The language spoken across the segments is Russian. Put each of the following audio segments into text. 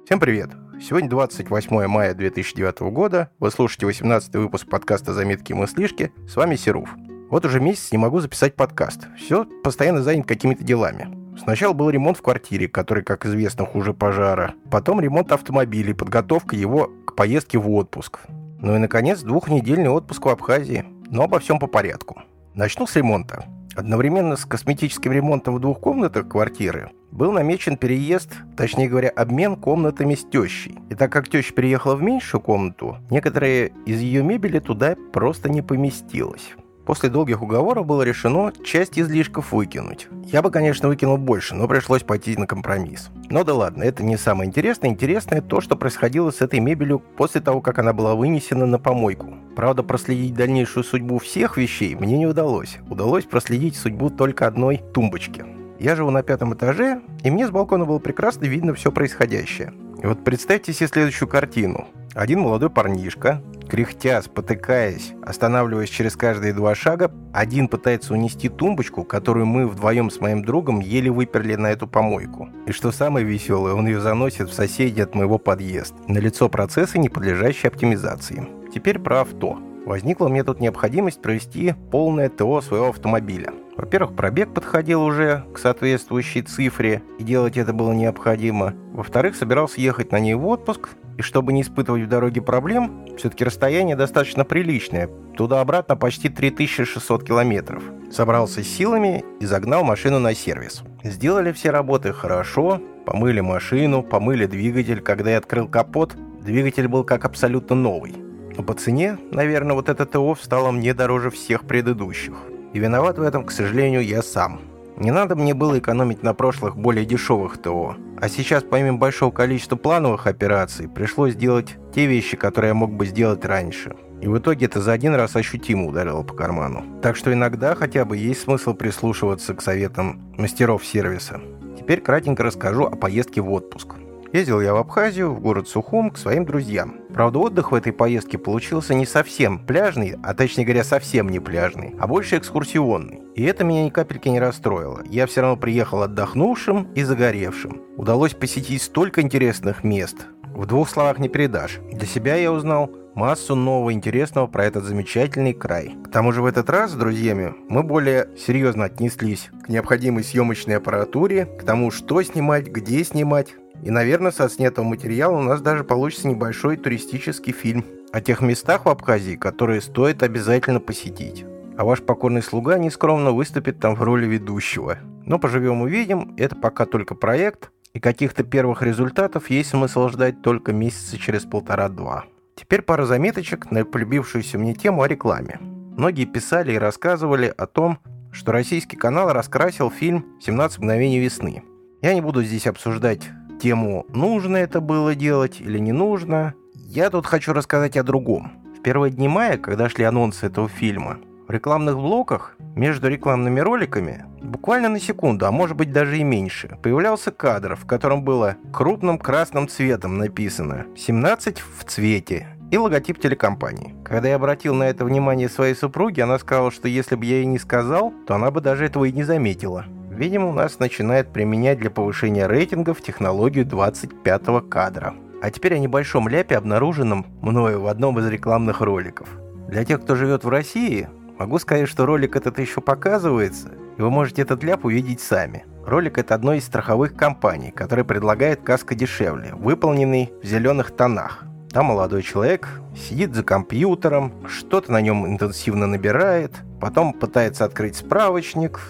Всем привет! Сегодня 28 мая 2009 года. Вы слушаете 18-й выпуск подкаста «Заметки и мыслишки». С вами Серов. Вот уже месяц не могу записать подкаст. Все постоянно занят какими-то делами. Сначала был ремонт в квартире, который, как известно, хуже пожара. Потом ремонт автомобиля и подготовка его к поездке в отпуск. Ну и, наконец, 2-недельный отпуск в Абхазии. Но обо всем по порядку. Начну с ремонта. Одновременно с косметическим ремонтом в 2 комнатах квартиры был намечен переезд, точнее говоря, обмен комнатами с тещей. И так как теща переехала в меньшую комнату, некоторые из ее мебели туда просто не поместилось. После долгих уговоров было решено часть излишков выкинуть. Я бы, конечно, выкинул больше, но пришлось пойти на компромисс. Но да ладно, это не самое интересное. Интересное то, что происходило с этой мебелью после того, как она была вынесена на помойку. Правда, проследить дальнейшую судьбу всех вещей мне не удалось. Удалось проследить судьбу только одной тумбочки. Я живу на 5-м этаже, и мне с балкона было прекрасно видно все происходящее. И вот представьте себе следующую картину. Один молодой парнишка, кряхтя, спотыкаясь, останавливаясь через каждые 2 шага, один пытается унести тумбочку, которую мы вдвоем с моим другом еле выперли на эту помойку. И что самое веселое, он ее заносит в соседний от моего подъезд. Налицо процессы, не подлежащие оптимизации. Теперь про авто. Возникла мне тут необходимость провести полное ТО своего автомобиля. Во-первых, пробег подходил уже к соответствующей цифре, и делать это было необходимо. Во-вторых, собирался ехать на ней в отпуск, и чтобы не испытывать в дороге проблем, все-таки расстояние достаточно приличное, туда-обратно почти 3600 километров. Собрался с силами и загнал машину на сервис. Сделали все работы хорошо, помыли машину, помыли двигатель. Когда я открыл капот, двигатель был как абсолютно новый. Но по цене, наверное, вот это ТО стало мне дороже всех предыдущих. И виноват в этом, к сожалению, я сам. Не надо мне было экономить на прошлых более дешевых ТО. А сейчас, помимо большого количества плановых операций, пришлось делать те вещи, которые я мог бы сделать раньше. И в итоге это за один раз ощутимо ударило по карману. Так что иногда хотя бы есть смысл прислушиваться к советам мастеров сервиса. Теперь кратенько расскажу о поездке в отпуск. Ездил я в Абхазию, в город Сухум, к своим друзьям. Правда, отдых в этой поездке получился не совсем пляжный, а точнее говоря, совсем не пляжный, а больше экскурсионный. И это меня ни капельки не расстроило. Я все равно приехал отдохнувшим и загоревшим. Удалось посетить столько интересных мест. В 2 словах не передашь. Для себя я узнал массу нового интересного про этот замечательный край. К тому же в этот раз с друзьями мы более серьезно отнеслись к необходимой съемочной аппаратуре, к тому, что снимать, где снимать. И, наверное, со снятого материала у нас даже получится небольшой туристический фильм о тех местах в Абхазии, которые стоит обязательно посетить. А ваш покорный слуга нескромно выступит там в роли ведущего. Но поживем увидим, это пока только проект, и каких-то первых результатов есть смысл ждать только месяца через 1,5-2. Теперь пара заметочек на полюбившуюся мне тему о рекламе. Многие писали и рассказывали о том, что российский канал раскрасил фильм «17 мгновений весны». Я не буду здесь обсуждать тему, нужно это было делать или не нужно. Я тут хочу рассказать о другом. В первые дни мая, когда шли анонсы этого фильма, в рекламных блоках между рекламными роликами, буквально на секунду, а может быть даже и меньше, появлялся кадр, в котором было крупным красным цветом написано «17 в цвете» и логотип телекомпании. Когда я обратил на это внимание своей супруги, она сказала, что если бы я ей не сказал, то она бы даже этого и не заметила. Видимо, у нас начинает применять для повышения рейтингов технологию 25-го кадра. А теперь о небольшом ляпе, обнаруженном мною в одном из рекламных роликов. Для тех, кто живет в России, могу сказать, что ролик этот еще показывается, и вы можете этот ляп увидеть сами. Ролик — это одной из страховых компаний, которая предлагает каско дешевле, выполненный в зеленых тонах. Там молодой человек сидит за компьютером, что-то на нем интенсивно набирает, потом пытается открыть справочник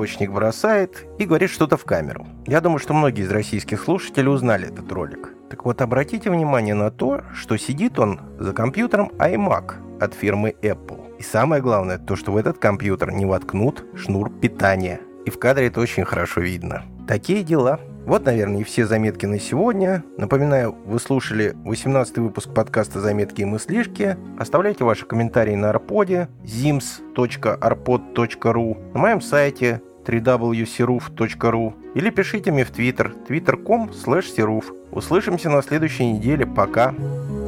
бросает и говорит что-то в камеру. Я думаю, что многие из российских слушателей узнали этот ролик. Так вот, обратите внимание на то, что сидит он за компьютером iMac от фирмы Apple. И самое главное, то, что в этот компьютер не воткнут шнур питания. И в кадре это очень хорошо видно. Такие дела. Вот, наверное, и все заметки на сегодня. Напоминаю, вы слушали 18-й выпуск подкаста «Заметки и мыслишки». Оставляйте ваши комментарии на арподе zims.arpod.ru, на моем сайте www.seruf.ru или пишите мне в Twitter twitter.com/seruf. Услышимся на следующей неделе. Пока!